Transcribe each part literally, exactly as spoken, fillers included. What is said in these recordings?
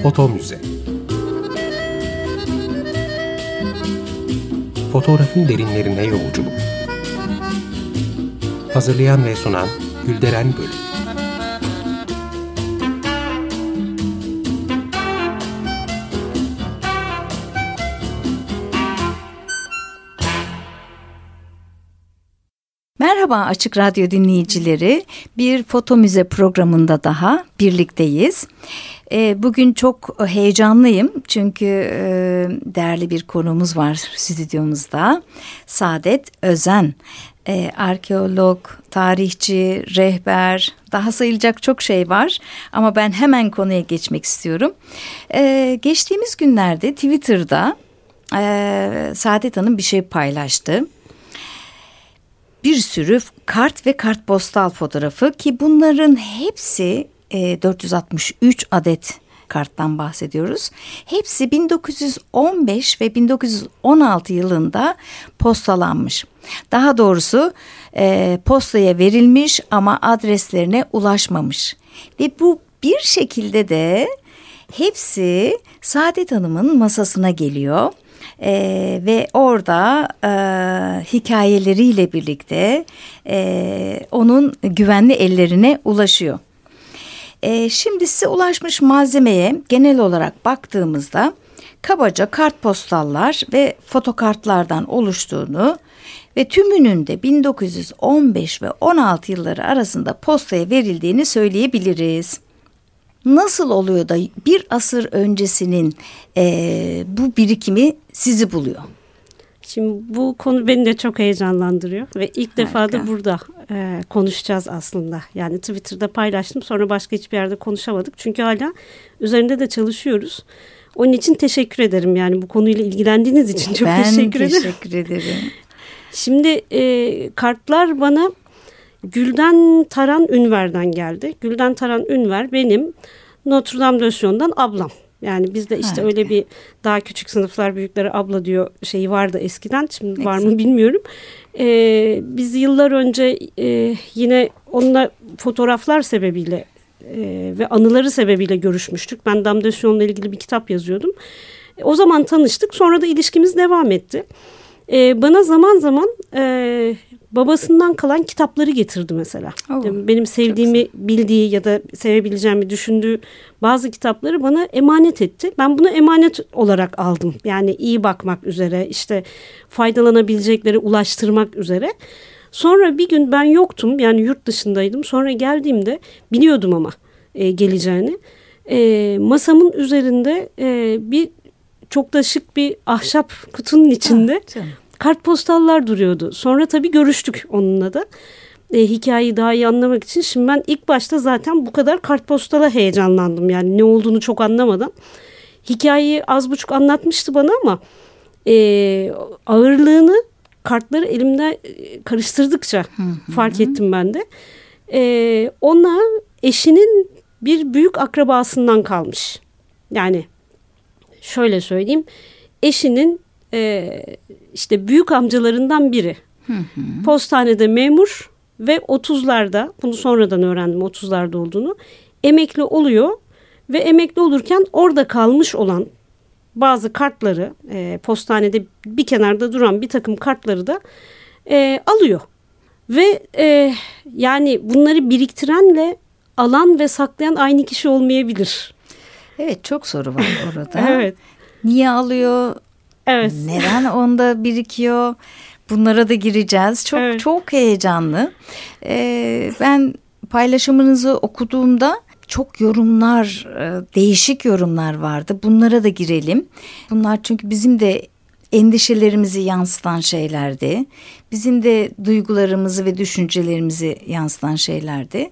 Foto Müze. Fotoğrafın derinlerine yolculuk. Hazırlayan ve sunan Gülderen Bölük. Merhaba Açık Radyo dinleyicileri, bir Foto Müze programında daha birlikteyiz. Bugün çok heyecanlıyım çünkü değerli bir konuğumuz var stüdyomuzda. Saadet Özen, arkeolog, tarihçi, rehber, daha sayılacak çok şey var ama ben hemen konuya geçmek istiyorum. Geçtiğimiz günlerde Twitter'da Saadet Hanım bir şey paylaştı. Bir sürü kart ve kartpostal fotoğrafı ki bunların hepsi e, dört yüz altmış üç adet karttan bahsediyoruz. Hepsi bin dokuz yüz on beş ve bin dokuz yüz on altı yılında postalanmış. Daha doğrusu e, postaya verilmiş ama adreslerine ulaşmamış. Ve bu bir şekilde de hepsi Saadet Hanım'ın masasına geliyor. Ee, ve orada e, hikayeleriyle birlikte e, onun güvenli ellerine ulaşıyor. E, şimdi size ulaşmış malzemeye genel olarak baktığımızda kabaca kartpostallar ve fotokartlardan oluştuğunu ve tümünün de bin dokuz yüz on beş ve on altı yılları arasında postaya verildiğini söyleyebiliriz. Nasıl oluyor da bir asır öncesinin e, bu birikimi sizi buluyor? Şimdi bu konu beni de çok heyecanlandırıyor ve ilk Harika. defa da burada e, konuşacağız aslında. Yani Twitter'da paylaştım, sonra başka hiçbir yerde konuşamadık. Çünkü hala üzerinde de çalışıyoruz. Onun için teşekkür ederim, yani bu konuyla ilgilendiğiniz için çok ben teşekkür ederim. Ben teşekkür ederim. Şimdi e, kartlar bana Gülden Taran Ünver'den geldi. Gülden Taran Ünver benim Notre Dame de Sion'dan ablam. Yani bizde işte Harika. Öyle bir daha küçük sınıflar büyüklere abla diyor şeyi vardı eskiden. Şimdi ne var güzel. mı bilmiyorum. Ee, biz yıllar önce e, yine onunla fotoğraflar sebebiyle e, ve anıları sebebiyle görüşmüştük. Ben Dame de Sion'la ilgili bir kitap yazıyordum. E, o zaman tanıştık. Sonra da ilişkimiz devam etti. E, bana zaman zaman e, babasından kalan kitapları getirdi mesela. Oh, benim sevdiğimi bildiği ya da sevebileceğimi düşündüğü bazı kitapları bana emanet etti. Ben bunu emanet olarak aldım. Yani iyi bakmak üzere, işte faydalanabilecekleri ulaştırmak üzere. Sonra bir gün ben yoktum, yani yurt dışındaydım. Sonra geldiğimde biliyordum ama e, geleceğini. E, masamın üzerinde e, bir çok da şık bir ahşap kutunun içinde Ah, kartpostallar duruyordu. Sonra tabii görüştük onunla da. E, hikayeyi daha iyi anlamak için. Şimdi ben ilk başta zaten bu kadar kartpostala heyecanlandım. Yani ne olduğunu çok anlamadan. Hikayeyi az buçuk anlatmıştı bana ama e, ağırlığını kartları elimde karıştırdıkça hı hı. fark ettim ben de. E, ona eşinin bir büyük akrabasından kalmış. Yani şöyle söyleyeyim. Eşinin Ee, işte büyük amcalarından biri. Hı hı. Postanede memur ve otuzlarda, bunu sonradan öğrendim otuzlarda olduğunu, emekli oluyor ve emekli olurken orada kalmış olan bazı kartları, e, postanede bir kenarda duran bir takım kartları da e, alıyor. Ve e, yani bunları biriktirenle alan ve saklayan aynı kişi olmayabilir. Evet, çok soru var orada. Evet. Niye alıyor? Evet. Neden onda birikiyor? Bunlara da gireceğiz. Çok evet. çok heyecanlı. Ee, ben paylaşımınızı okuduğumda çok yorumlar, değişik yorumlar vardı. Bunlara da girelim. Bunlar çünkü bizim de endişelerimizi yansıtan şeylerdi. Bizim de duygularımızı ve düşüncelerimizi yansıtan şeylerdi.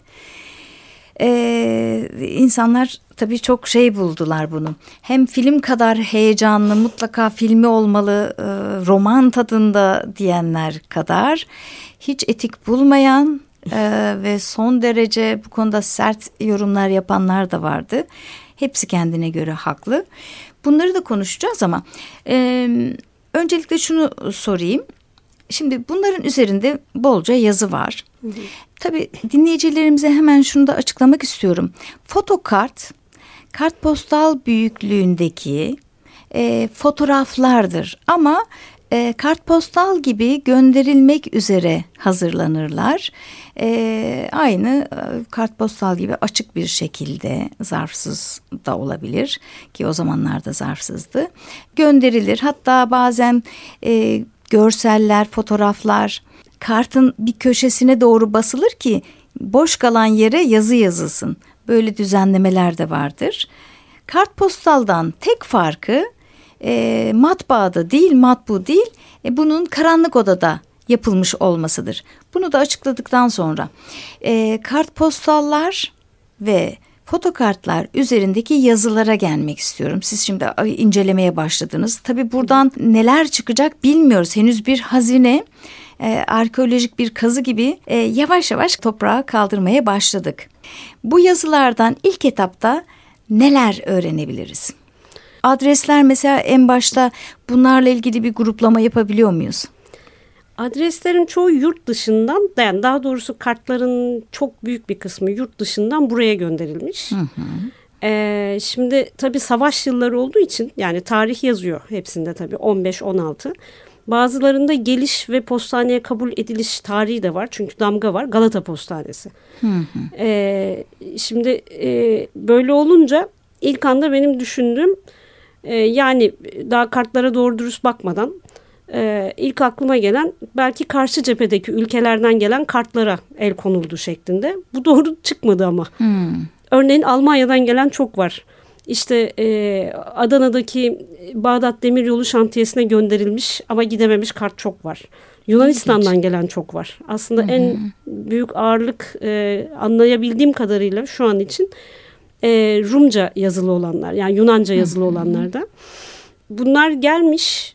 Ee, insanlar tabii çok şey buldular bunu. Hem film kadar heyecanlı, mutlaka filmi olmalı, e, roman tadında diyenler kadar hiç etik bulmayan e, ve son derece bu konuda sert yorumlar yapanlar da vardı. Hepsi kendine göre haklı. Bunları da konuşacağız ama e, öncelikle şunu sorayım. Şimdi bunların üzerinde bolca yazı var. Hı hı. Tabii dinleyicilerimize hemen şunu da açıklamak istiyorum. Fotokart kartpostal büyüklüğündeki e, fotoğraflardır. Ama e, kartpostal gibi gönderilmek üzere hazırlanırlar. E, aynı e, kartpostal gibi açık bir şekilde, zarfsız da olabilir ki o zamanlarda zarfsızdı, gönderilir. Hatta bazen e, görseller, fotoğraflar kartın bir köşesine doğru basılır ki boş kalan yere yazı yazılsın. Böyle düzenlemeler de vardır. Kartpostaldan tek farkı e, matbaada değil, matbu değil, e, bunun karanlık odada yapılmış olmasıdır. Bunu da açıkladıktan sonra e, kartpostallar ve fotokartlar üzerindeki yazılara gelmek istiyorum. Siz şimdi incelemeye başladınız. Tabii buradan neler çıkacak bilmiyoruz. Henüz bir hazine, e, arkeolojik bir kazı gibi e, yavaş yavaş toprağa kaldırmaya başladık. Bu yazılardan ilk etapta neler öğrenebiliriz? Adresler mesela en başta, bunlarla ilgili bir gruplama yapabiliyor muyuz? Adreslerin çoğu yurt dışından, yani daha doğrusu kartların çok büyük bir kısmı yurt dışından buraya gönderilmiş. Hı hı. Ee, şimdi tabii savaş yılları olduğu için, yani tarih yazıyor hepsinde tabii on beş on altı. Bazılarında geliş ve postaneye kabul ediliş tarihi de var. Çünkü damga var, Galata Postanesi. Hı hı. Ee, şimdi e, böyle olunca ilk anda benim düşündüğüm, e, yani daha kartlara doğru dürüst bakmadan Ee, ilk aklıma gelen belki karşı cephedeki ülkelerden gelen kartlara el konuldu şeklinde. Bu doğru çıkmadı ama. Hmm. Örneğin Almanya'dan gelen çok var. İşte e, Adana'daki Bağdat Demiryolu şantiyesine gönderilmiş ama gidememiş kart çok var. Yunanistan'dan İlginç. gelen çok var. Aslında hmm. en büyük ağırlık e, anlayabildiğim kadarıyla şu an için e, Rumca yazılı olanlar, yani Yunanca yazılı hmm. olanlar da. Bunlar gelmiş.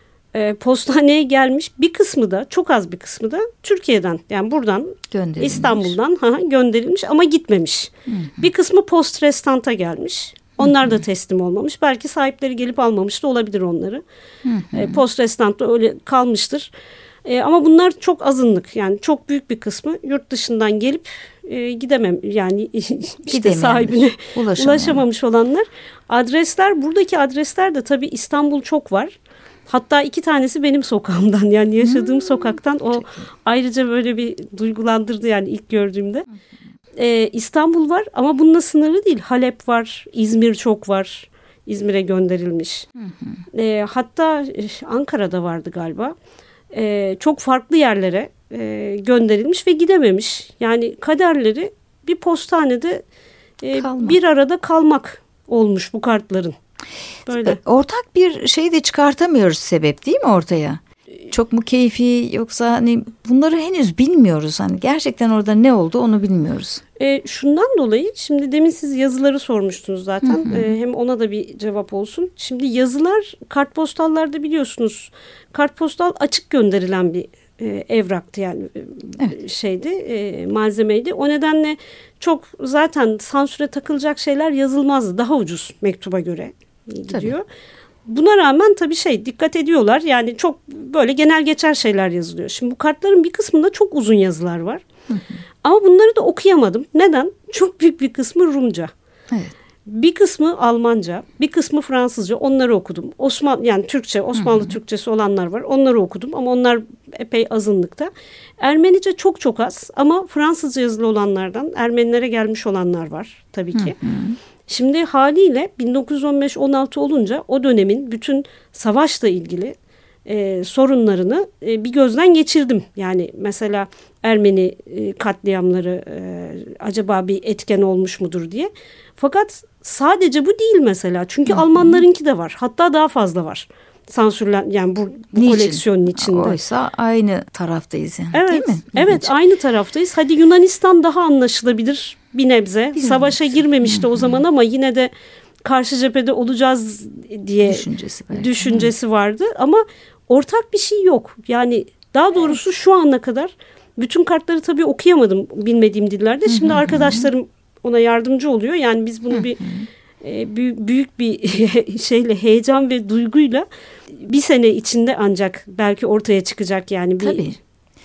E, postaneye gelmiş, bir kısmı da, çok az bir kısmı da Türkiye'den, yani buradan İstanbul'dan ha, gönderilmiş ama gitmemiş. Hı hı. Bir kısmı post restanta gelmiş. Onlar hı hı. da teslim olmamış. Belki sahipleri gelip almamış da olabilir onları. Hı hı. E, post restantta öyle kalmıştır. E, ama bunlar çok azınlık, yani çok büyük bir kısmı yurt dışından gelip e, gidemem, yani işte sahibine ulaşamamış olanlar. Adresler, buradaki adresler de tabii İstanbul çok var. Hatta iki tanesi benim sokağımdan, yani yaşadığım hmm. sokaktan. O ayrıca böyle bir duygulandırdı yani ilk gördüğümde. Ee, İstanbul var ama bununla sınırlı değil. Halep var, İzmir çok var. İzmir'e gönderilmiş. Ee, hatta Ankara'da vardı galiba. Ee, çok farklı yerlere e, gönderilmiş ve gidememiş. Yani kaderleri bir postanede e, bir arada kalmak olmuş bu kartların. Böyle. Ortak bir şey de çıkartamıyoruz, sebep değil mi ortaya? Çok mu keyfi, yoksa hani bunları henüz bilmiyoruz. Hani gerçekten orada ne oldu onu bilmiyoruz. E, şundan dolayı, şimdi demin siz yazıları sormuştunuz zaten. Hı hı. E, hem ona da bir cevap olsun. Şimdi yazılar kartpostallarda biliyorsunuz, kartpostal açık gönderilen bir e, evraktı, yani evet. şeydi, e, malzemeydi. O nedenle çok zaten sansüre takılacak şeyler yazılmazdı. Daha ucuz mektuba göre gidiyor. Tabii. Buna rağmen tabii şey, dikkat ediyorlar. Yani çok böyle genel geçer şeyler yazılıyor. Şimdi bu kartların bir kısmında çok uzun yazılar var. Hı hı. Ama bunları da okuyamadım. Neden? Çok büyük bir kısmı Rumca. Evet. Bir kısmı Almanca, bir kısmı Fransızca. Onları okudum. Osman, yani Türkçe, Osmanlı hı hı. Türkçesi olanlar var. Onları okudum ama onlar epey azınlıkta. Ermenice çok çok az ama Fransızca yazılı olanlardan Ermenilere gelmiş olanlar var tabii ki. Hı hı. Şimdi haliyle bin dokuz yüz on beş on altı olunca o dönemin bütün savaşla ilgili e, sorunlarını e, bir gözden geçirdim. Yani mesela Ermeni e, katliamları e, acaba bir etken olmuş mudur diye. Fakat sadece bu değil mesela. Çünkü Hı-hı. Almanlarınki de var. Hatta daha fazla var. Sansürlen, yani bu, bu koleksiyonun içinde. Oysa aynı taraftayız yani, evet, değil mi? Evet, aynı taraftayız. Hadi Yunanistan daha anlaşılabilir bir nebze. Bir Savaşa nebze. girmemişti Hı-hı. o zaman ama yine de karşı cephede olacağız diye düşüncesi, düşüncesi vardı. Ama ortak bir şey yok. Yani daha doğrusu evet. şu ana kadar bütün kartları tabii okuyamadım bilmediğim dillerde. Şimdi Hı-hı. arkadaşlarım ona yardımcı oluyor. Yani biz bunu Hı-hı. bir e, büyük, büyük bir şeyle, heyecan ve duyguyla bir sene içinde ancak belki ortaya çıkacak yani bir. Tabii.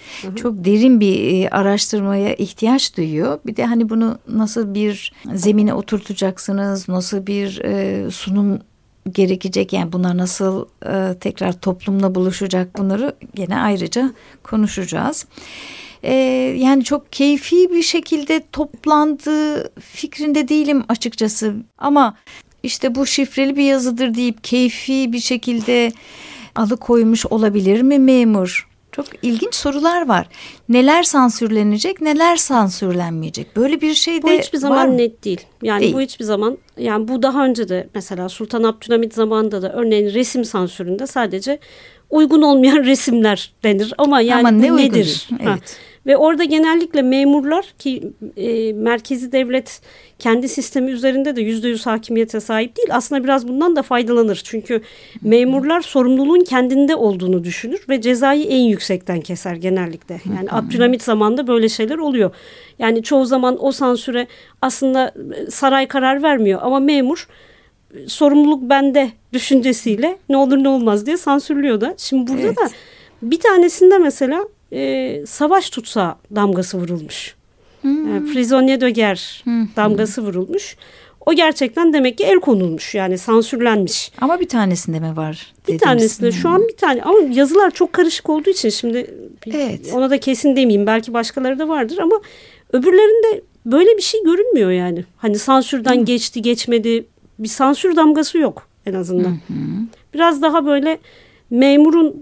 Hı hı. Çok derin bir e, araştırmaya ihtiyaç duyuyor. Bir de hani bunu nasıl bir zemine oturtacaksınız, nasıl bir e, sunum gerekecek, yani bunlar nasıl e, tekrar toplumla buluşacak, bunları gene ayrıca konuşacağız. E, yani çok keyfi bir şekilde toplandığı fikrinde değilim açıkçası, ama işte bu şifreli bir yazıdır deyip keyfi bir şekilde alıkoymuş olabilir mi memur? Çok ilginç sorular var. Neler sansürlenecek, neler sansürlenmeyecek? Böyle bir şey de bu hiçbir zaman var mı? net değil. Yani değil. Bu hiçbir zaman, yani bu daha önce de mesela Sultan Abdülhamit zamanında da örneğin resim sansüründe sadece uygun olmayan resimler denir. Ama yani Ama ne bu nedir? Evet. Ha. Ve orada genellikle memurlar ki e, merkezi devlet kendi sistemi üzerinde de yüzde yüz hakimiyete sahip değil. Aslında biraz bundan da faydalanır. Çünkü memurlar sorumluluğun kendinde olduğunu düşünür ve cezayı en yüksekten keser genellikle. Yani Abdülhamit zamanında böyle şeyler oluyor. Yani çoğu zaman o sansüre aslında saray karar vermiyor ama memur sorumluluk bende düşüncesiyle ne olur ne olmaz diye sansürlüyor da. Şimdi burada evet. da bir tanesinde mesela e, savaş tutsağı damgası vurulmuş. Hmm. Yani prisonnier de guerre hmm. damgası vurulmuş. O gerçekten demek ki el konulmuş, yani sansürlenmiş. Ama bir tanesinde mi var? Bir tanesinde şu an bir tane, ama yazılar çok karışık olduğu için şimdi evet. ona da kesin demeyeyim, belki başkaları da vardır ama öbürlerinde böyle bir şey görünmüyor yani. Hani sansürden hmm. geçti geçmedi, bir sansür damgası yok en azından. Hmm. Biraz daha böyle memurun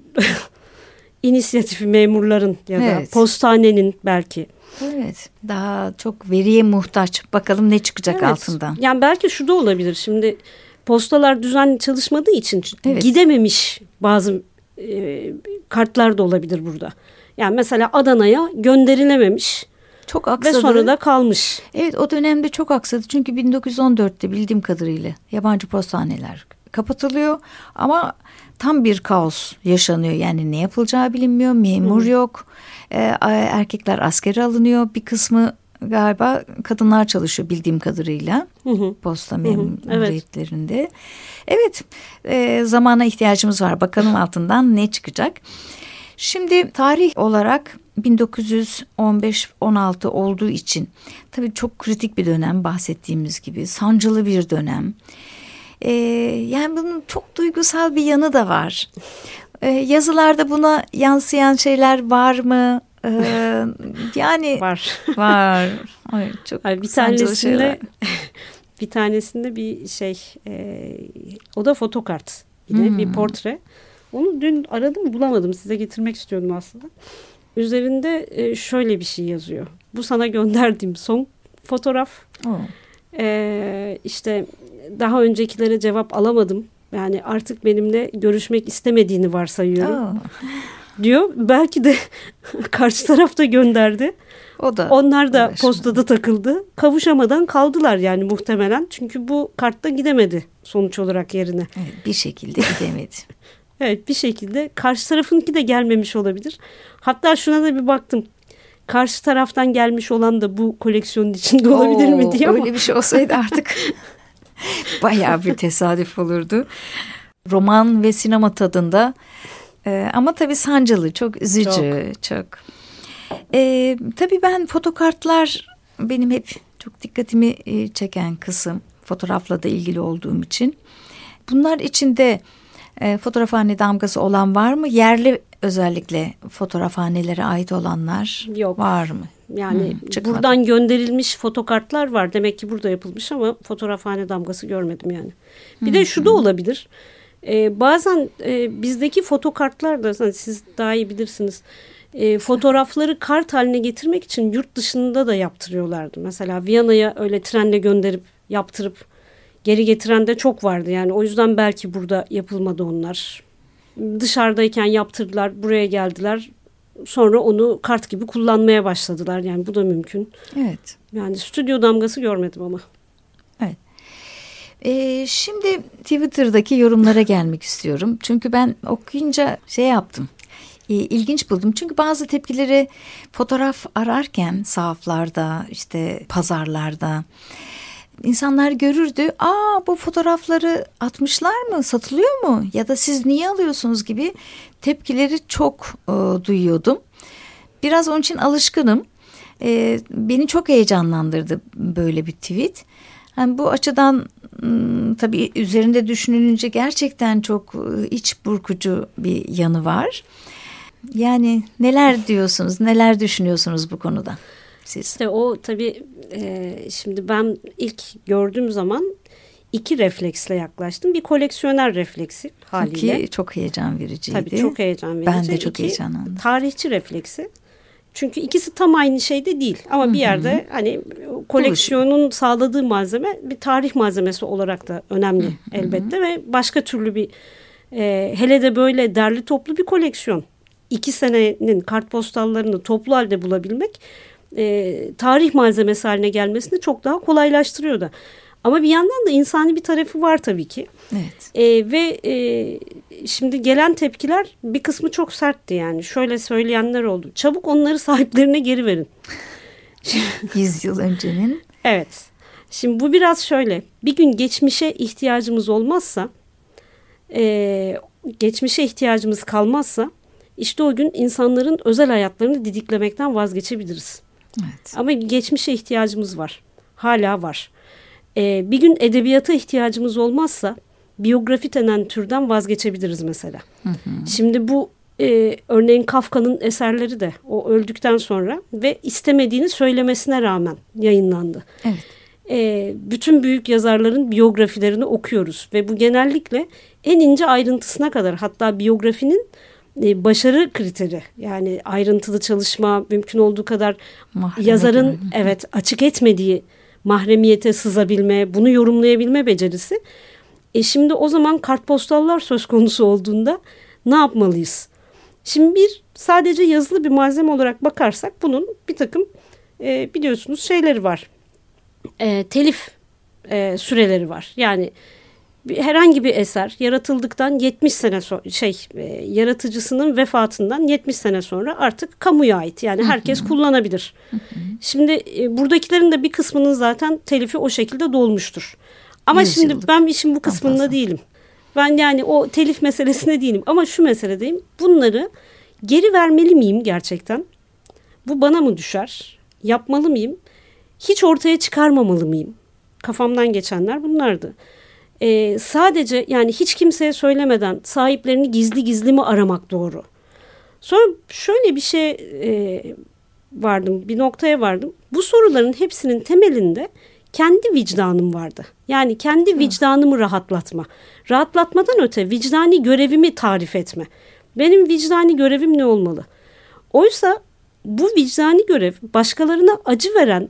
inisiyatifi, memurların ya da evet. postanenin belki. Evet, daha çok veriye muhtaç. Bakalım ne çıkacak evet. altından. Yani belki şu da olabilir. Şimdi postalar düzenli çalışmadığı için evet. gidememiş bazı e, kartlar da olabilir burada. Yani mesela Adana'ya gönderilememiş. Çok aksadı. Ve sonra da kalmış. Evet, o dönemde çok aksadı. Çünkü bin dokuz yüz on dörtte bildiğim kadarıyla yabancı postaneler kapatılıyor. Ama tam bir kaos yaşanıyor. Yani ne yapılacağı bilinmiyor. Memur hmm. yok. Ee, erkekler askere alınıyor. Bir kısmı galiba kadınlar çalışıyor bildiğim kadarıyla. Hı hı. Posta memuriyetlerinde. Evet, evet e, zamana ihtiyacımız var. Bakalım altından ne çıkacak. Şimdi tarih olarak bin dokuz yüz on beş on altı olduğu için tabii çok kritik bir dönem, bahsettiğimiz gibi sancılı bir dönem. Ee, yani bunun çok duygusal bir yanı da var. Ee, yazılarda buna yansıyan şeyler var mı? Ee, yani var. Var. Ay, çok Ay, bir tanesinde bir tanesinde bir şey e, o da fotokart. Yine hmm. bir portre. Onu dün aradım, bulamadım. Size getirmek istiyordum aslında. Üzerinde e, şöyle bir şey yazıyor. Bu sana gönderdiğim son fotoğraf. Oh. E, işte daha öncekilere cevap alamadım. Yani artık benimle görüşmek istemediğini varsayıyorum. Oh. Diyor. Belki de karşı taraf da gönderdi. O da. Onlar da uğraşma. Postada takıldı. Kavuşamadan kaldılar yani muhtemelen. Çünkü bu kartta gidemedi sonuç olarak yerine. Evet, bir şekilde gidemedi. Evet, bir şekilde karşı tarafınki de gelmemiş olabilir. Hatta şuna da bir baktım. Karşı taraftan gelmiş olan da bu koleksiyonun içinde olabilir Oo, mi diye ama. Öyle bir şey olsaydı artık bayağı bir tesadüf olurdu. Roman ve sinema tadında ee, ama tabii sancılı, çok üzücü, çok. çok. Ee, tabii ben fotokartlar benim hep çok dikkatimi çeken kısım, fotoğrafla da ilgili olduğum için. Bunlar içinde E, fotoğrafhane damgası olan var mı? Yerli özellikle fotoğrafhanelere ait olanlar Yok. var mı? Yani hmm, buradan gönderilmiş fotokartlar var. Demek ki burada yapılmış ama fotoğrafhane damgası görmedim yani. Bir hmm. de şu da olabilir. Ee, bazen e, bizdeki fotokartlar da hani siz daha iyi bilirsiniz. E, fotoğrafları kart haline getirmek için yurt dışında da yaptırıyorlardı. Mesela Viyana'ya öyle trenle gönderip yaptırıp geri getiren de çok vardı yani, o yüzden belki burada yapılmadı onlar. Dışarıdayken yaptırdılar, buraya geldiler. Sonra onu kart gibi kullanmaya başladılar. Yani bu da mümkün. Evet. Yani stüdyo damgası görmedim ama. Evet. Ee, şimdi Twitter'daki yorumlara gelmek istiyorum. Çünkü ben okuyunca şey yaptım. Ee, ilginç buldum. Çünkü bazı tepkileri fotoğraf ararken sahaflarda, işte pazarlarda İnsanlar görürdü. Aa, bu fotoğrafları atmışlar mı? Satılıyor mu? Ya da siz niye alıyorsunuz gibi tepkileri çok e, duyuyordum. biraz onun için alışkınım. E, beni çok heyecanlandırdı böyle bir tweet. Yani bu açıdan m, tabii üzerinde düşünülünce gerçekten çok iç burkucu bir yanı var. Yani neler diyorsunuz, neler düşünüyorsunuz bu konuda siz? İşte o tabii e, şimdi ben ilk gördüğüm zaman iki refleksle yaklaştım. Bir koleksiyoner refleksi haliyle. Ki çok heyecan vericiydi. Tabii çok heyecan verici. Ben de çok İki, heyecanlandım. tarihçi refleksi. Çünkü ikisi tam aynı şeyde değil. Ama bir yerde Hı-hı. hani koleksiyonun Buluşun. sağladığı malzeme bir tarih malzemesi olarak da önemli Hı-hı. elbette. Ve başka türlü bir e, hele de böyle derli toplu bir koleksiyon. İki senenin kartpostallarını toplu halde bulabilmek e, tarih malzemesi haline gelmesini çok daha kolaylaştırıyor da. Ama bir yandan da insani bir tarafı var tabii ki. Evet. E, ve e, şimdi gelen tepkiler bir kısmı çok sertti yani. Şöyle söyleyenler oldu. Çabuk onları sahiplerine geri verin. yüz yıl öncenin. Evet. Şimdi bu biraz şöyle. Bir gün geçmişe ihtiyacımız olmazsa, e, geçmişe ihtiyacımız kalmazsa, işte o gün insanların özel hayatlarını didiklemekten vazgeçebiliriz. Evet. Ama geçmişe ihtiyacımız var. Hala var. Ee, bir gün edebiyata ihtiyacımız olmazsa biyografi denen türden vazgeçebiliriz mesela. Hı hı. Şimdi bu e, örneğin Kafka'nın eserleri de o öldükten sonra ve istemediğini söylemesine rağmen yayınlandı. Evet. E, bütün büyük yazarların biyografilerini okuyoruz ve bu genellikle en ince ayrıntısına kadar, hatta biyografinin e, başarı kriteri, yani ayrıntılı çalışma, mümkün olduğu kadar Mahreme yazarın gibi. evet açık etmediği mahremiyete sızabilme, bunu yorumlayabilme becerisi. E şimdi o zaman kartpostallar söz konusu olduğunda ne yapmalıyız? Şimdi bir sadece yazılı bir malzeme olarak bakarsak bunun bir takım e, biliyorsunuz şeyleri var. E, telif e, süreleri var. Yani bir, herhangi bir eser yaratıldıktan yetmiş sene sonra şey e, yaratıcısının vefatından yetmiş sene sonra artık kamuya ait. Yani herkes hı hı. kullanabilir. Hı hı. Şimdi e, buradakilerin de bir kısmının zaten telifi o şekilde dolmuştur. Ama yüz şimdi yıllık. Ben işin bu kısmında Anladım. değilim. Ben yani o telif meselesine değilim. Ama şu meseledeyim. Bunları geri vermeli miyim gerçekten? Bu bana mı düşer? Yapmalı mıyım? Hiç ortaya çıkarmamalı mıyım? Kafamdan geçenler bunlardı. Ee, sadece yani hiç kimseye söylemeden sahiplerini gizli gizli mi aramak doğru? Sonra şöyle bir şey e, vardım, bir noktaya vardım. Bu soruların hepsinin temelinde kendi vicdanım vardı. Yani kendi vicdanımı rahatlatma. Rahatlatmadan öte vicdani görevimi tarif etme. Benim vicdani görevim ne olmalı? Oysa bu vicdani görev başkalarına acı veren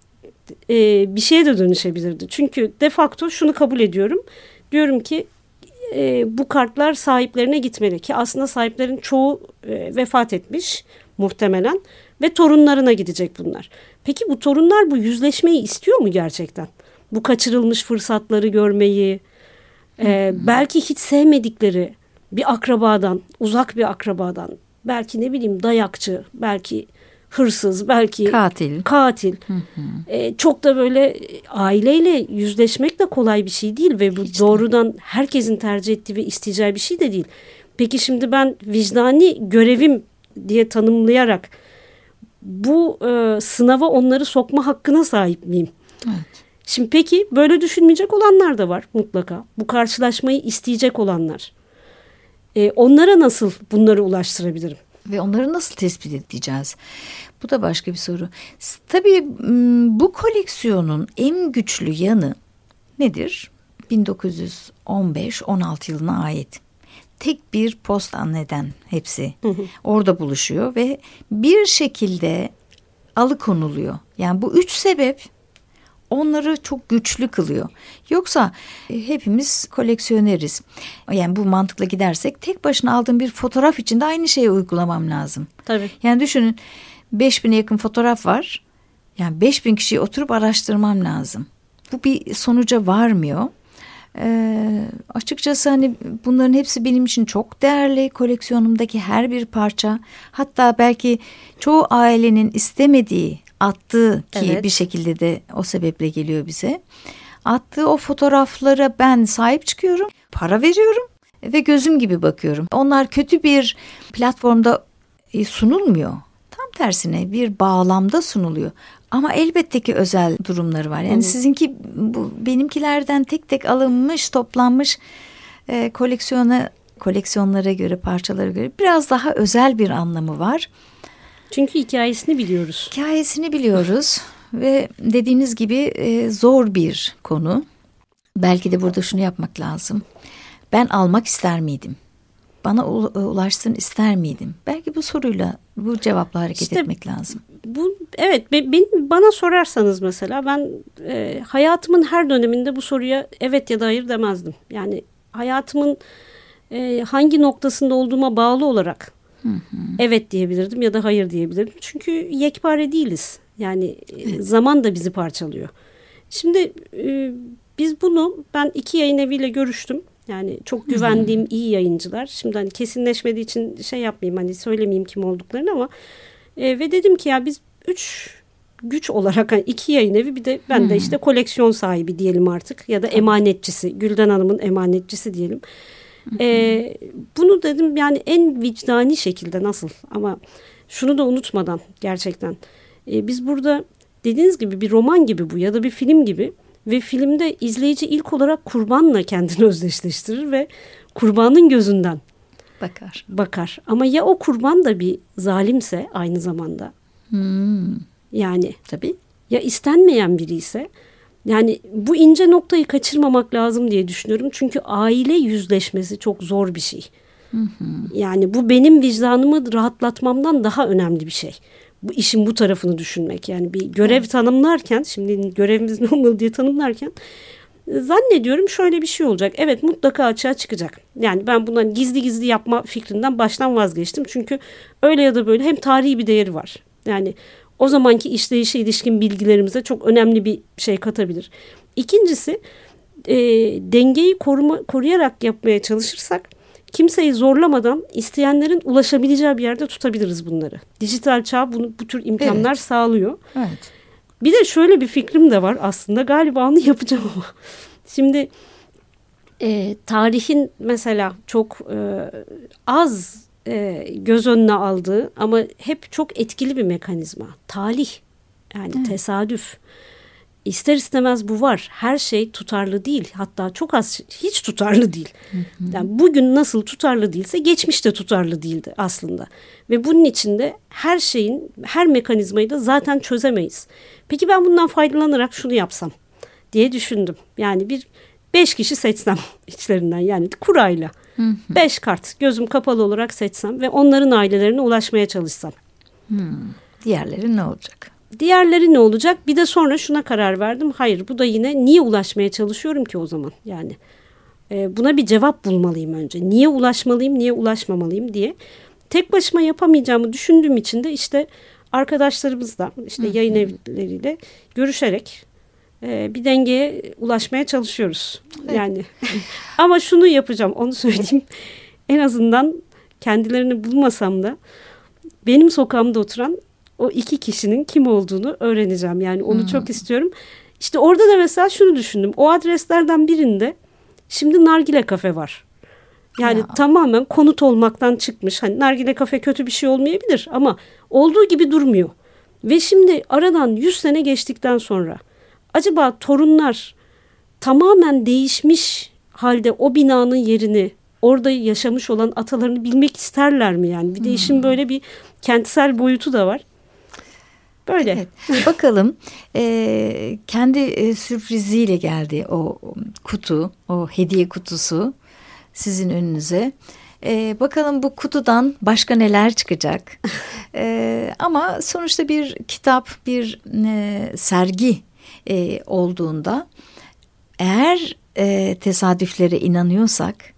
e, bir şeye de dönüşebilirdi. Çünkü de facto şunu kabul ediyorum. Diyorum ki e, bu kartlar sahiplerine gitmeli ki aslında sahiplerin çoğu e, vefat etmiş muhtemelen ve torunlarına gidecek bunlar. Peki bu torunlar bu yüzleşmeyi istiyor mu gerçekten? Bu kaçırılmış fırsatları görmeyi, e, belki hiç sevmedikleri bir akrabadan, uzak bir akrabadan, belki ne bileyim dayakçı, belki hırsız, belki katil. katil. Hı hı. E, çok da böyle aileyle yüzleşmek de kolay bir şey değil ve bu hiç doğrudan değil. Herkesin tercih ettiği ve isteyeceği bir şey de değil. Peki şimdi ben vicdani görevim diye tanımlayarak bu e, sınava onları sokma hakkına sahip miyim? Evet. Şimdi peki böyle düşünmeyecek olanlar da var mutlaka. Bu karşılaşmayı isteyecek olanlar. E, onlara nasıl bunları ulaştırabilirim? Ve onları nasıl tespit edeceğiz? Bu da başka bir soru. Tabii bu koleksiyonun en güçlü yanı nedir? bin dokuz yüz on beş on altı yılına ait. Tek bir posta neden hepsi hı hı. orada buluşuyor ve bir şekilde alıkonuluyor. Yani bu üç sebep onları çok güçlü kılıyor. Yoksa e, hepimiz koleksiyoneriz. Yani bu mantıkla gidersek tek başına aldığım bir fotoğraf için de aynı şeyi uygulamam lazım. Tabii. Yani düşünün beş bine yakın fotoğraf var. Yani beş bin kişiyi oturup araştırmam lazım. Bu bir sonuca varmıyor. Ee, açıkçası hani bunların hepsi benim için çok değerli. Koleksiyonumdaki her bir parça, hatta belki çoğu ailenin istemediği, attığı ki evet. bir şekilde de o sebeple geliyor bize. Attığı o fotoğraflara ben sahip çıkıyorum, para veriyorum ve gözüm gibi bakıyorum. Onlar kötü bir platformda sunulmuyor. Tam tersine bir bağlamda sunuluyor. Ama elbette ki özel durumları var. Yani Hı. sizinki bu, benimkilerden tek tek alınmış, toplanmış e, koleksiyona koleksiyonlara göre, parçalara göre biraz daha özel bir anlamı var. Çünkü hikayesini biliyoruz. Hikayesini biliyoruz ve dediğiniz gibi e, zor bir konu. Belki de burada şunu yapmak lazım. Ben almak ister miydim? Bana ulaşsın ister miydim? Belki bu soruyla, bu cevapla hareket işte, etmek lazım. Bu evet, benim bana sorarsanız mesela ben e, hayatımın her döneminde bu soruya evet ya da hayır demezdim. Yani hayatımın e, hangi noktasında olduğuma bağlı olarak hı hı. evet diyebilirdim ya da hayır diyebilirdim. Çünkü yekpare değiliz. Yani evet. zaman da bizi parçalıyor. Şimdi e, biz bunu ben iki yayın eviyle görüştüm. Yani çok güvendiğim hı hı. iyi yayıncılar. Şimdi hani kesinleşmediği için şey yapmayayım, hani söylemeyeyim kim olduklarını ama e, ve dedim ki ya biz üç güç olarak hani iki yayın evi, bir de ben hı hı. de işte koleksiyon sahibi diyelim artık ya da emanetçisi, Gülden Hanım'ın emanetçisi diyelim. Hı hı. E, bunu dedim yani en vicdani şekilde nasıl, ama şunu da unutmadan gerçekten e, biz burada dediğiniz gibi bir roman gibi bu ya da bir film gibi. Ve filmde izleyici ilk olarak kurbanla kendini özdeşleştirir ve kurbanın gözünden bakar. bakar. Ama ya o kurban da bir zalimse aynı zamanda. Hmm. Yani tabii. Ya istenmeyen biri ise, yani bu ince noktayı kaçırmamak lazım diye düşünüyorum. Çünkü aile yüzleşmesi çok zor bir şey. Hı hı. Yani bu benim vicdanımı rahatlatmamdan daha önemli bir şey. Bu işin bu tarafını düşünmek, yani bir görev evet. tanımlarken, şimdi görevimiz ne olmalı diye tanımlarken zannediyorum şöyle bir şey olacak. Evet, mutlaka açığa çıkacak. Yani ben bundan gizli gizli yapma fikrinden baştan vazgeçtim. Çünkü öyle ya da böyle hem tarihi bir değeri var. Yani o zamanki işleyişe ilişkin bilgilerimize çok önemli bir şey katabilir. İkincisi e, dengeyi koruma, koruyarak yapmaya çalışırsak kimseyi zorlamadan isteyenlerin ulaşabileceği bir yerde tutabiliriz bunları. Dijital çağ bunu, bu tür imkanlar evet. sağlıyor. Evet. Bir de şöyle bir fikrim de var aslında, galiba onu yapacağım ama. Şimdi e, tarihin mesela çok e, az e, göz önüne aldığı ama hep çok etkili bir mekanizma. Talih, yani evet. tesadüf. İster istemez bu var. Her şey tutarlı değil. Hatta çok az, hiç tutarlı değil. Hı hı. Yani bugün nasıl tutarlı değilse geçmişte tutarlı değildi aslında. Ve bunun içinde her şeyin, her mekanizmayı da zaten çözemeyiz. Peki ben bundan faydalanarak şunu yapsam diye düşündüm. Yani bir beş kişi seçsem içlerinden, yani kurayla. Hı hı. Beş kart gözüm kapalı olarak seçsem ve onların ailelerine ulaşmaya çalışsam. Hı. Diğerleri ne olacak? Diğerleri ne olacak? Bir de sonra şuna karar verdim. Hayır, bu da yine niye ulaşmaya çalışıyorum ki o zaman? Yani e, buna bir cevap bulmalıyım önce. Niye ulaşmalıyım, niye ulaşmamalıyım diye. Tek başıma yapamayacağımı düşündüğüm için de işte arkadaşlarımızla, işte hı hı. yayın evleriyle görüşerek e, bir dengeye ulaşmaya çalışıyoruz. Evet. Yani ama şunu yapacağım, onu söyleyeyim. En azından kendilerini bulmasam da benim sokağımda oturan o iki kişinin kim olduğunu öğreneceğim. Yani onu hmm. çok istiyorum. İşte orada da mesela şunu düşündüm. O adreslerden birinde şimdi nargile kafe var. Yani ya. tamamen konut olmaktan çıkmış. Hani nargile kafe kötü bir şey olmayabilir ama olduğu gibi durmuyor. Ve şimdi aradan yüz sene geçtikten sonra acaba torunlar tamamen değişmiş halde o binanın yerini, orada yaşamış olan atalarını bilmek isterler mi yani? Bir de işin hmm. böyle bir kentsel boyutu da var. Böyle. Evet. Bakalım e, kendi e, sürpriziyle geldi o kutu, o hediye kutusu sizin önünüze. E, bakalım bu kutudan başka neler çıkacak. e, ama sonuçta bir kitap, bir e, sergi e, olduğunda eğer e, tesadüflere inanıyorsak,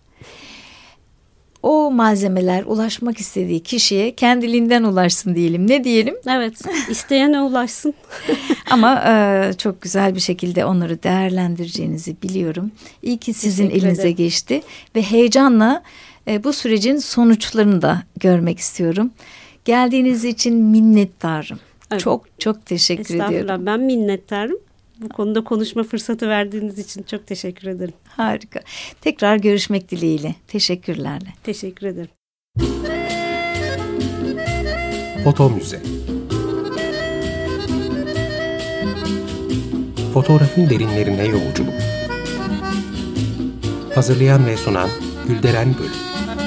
o malzemeler ulaşmak istediği kişiye kendiliğinden ulaşsın diyelim. Ne diyelim? Evet, isteyene ulaşsın. Ama e, çok güzel bir şekilde onları değerlendireceğinizi biliyorum. İyi ki sizin elinize geçti ve heyecanla e, bu sürecin sonuçlarını da görmek istiyorum. Geldiğiniz için minnettarım. Evet. Çok çok teşekkür ediyorum. Estağfurullah, ben minnettarım. Bu konuda konuşma fırsatı verdiğiniz için çok teşekkür ederim. Harika. Tekrar görüşmek dileğiyle. Teşekkürlerle. Teşekkür ederim. Foto Müze. Fotoğrafın derinlerine yolculuk. Hazırlayan ve sunan Gülderen Bölüm.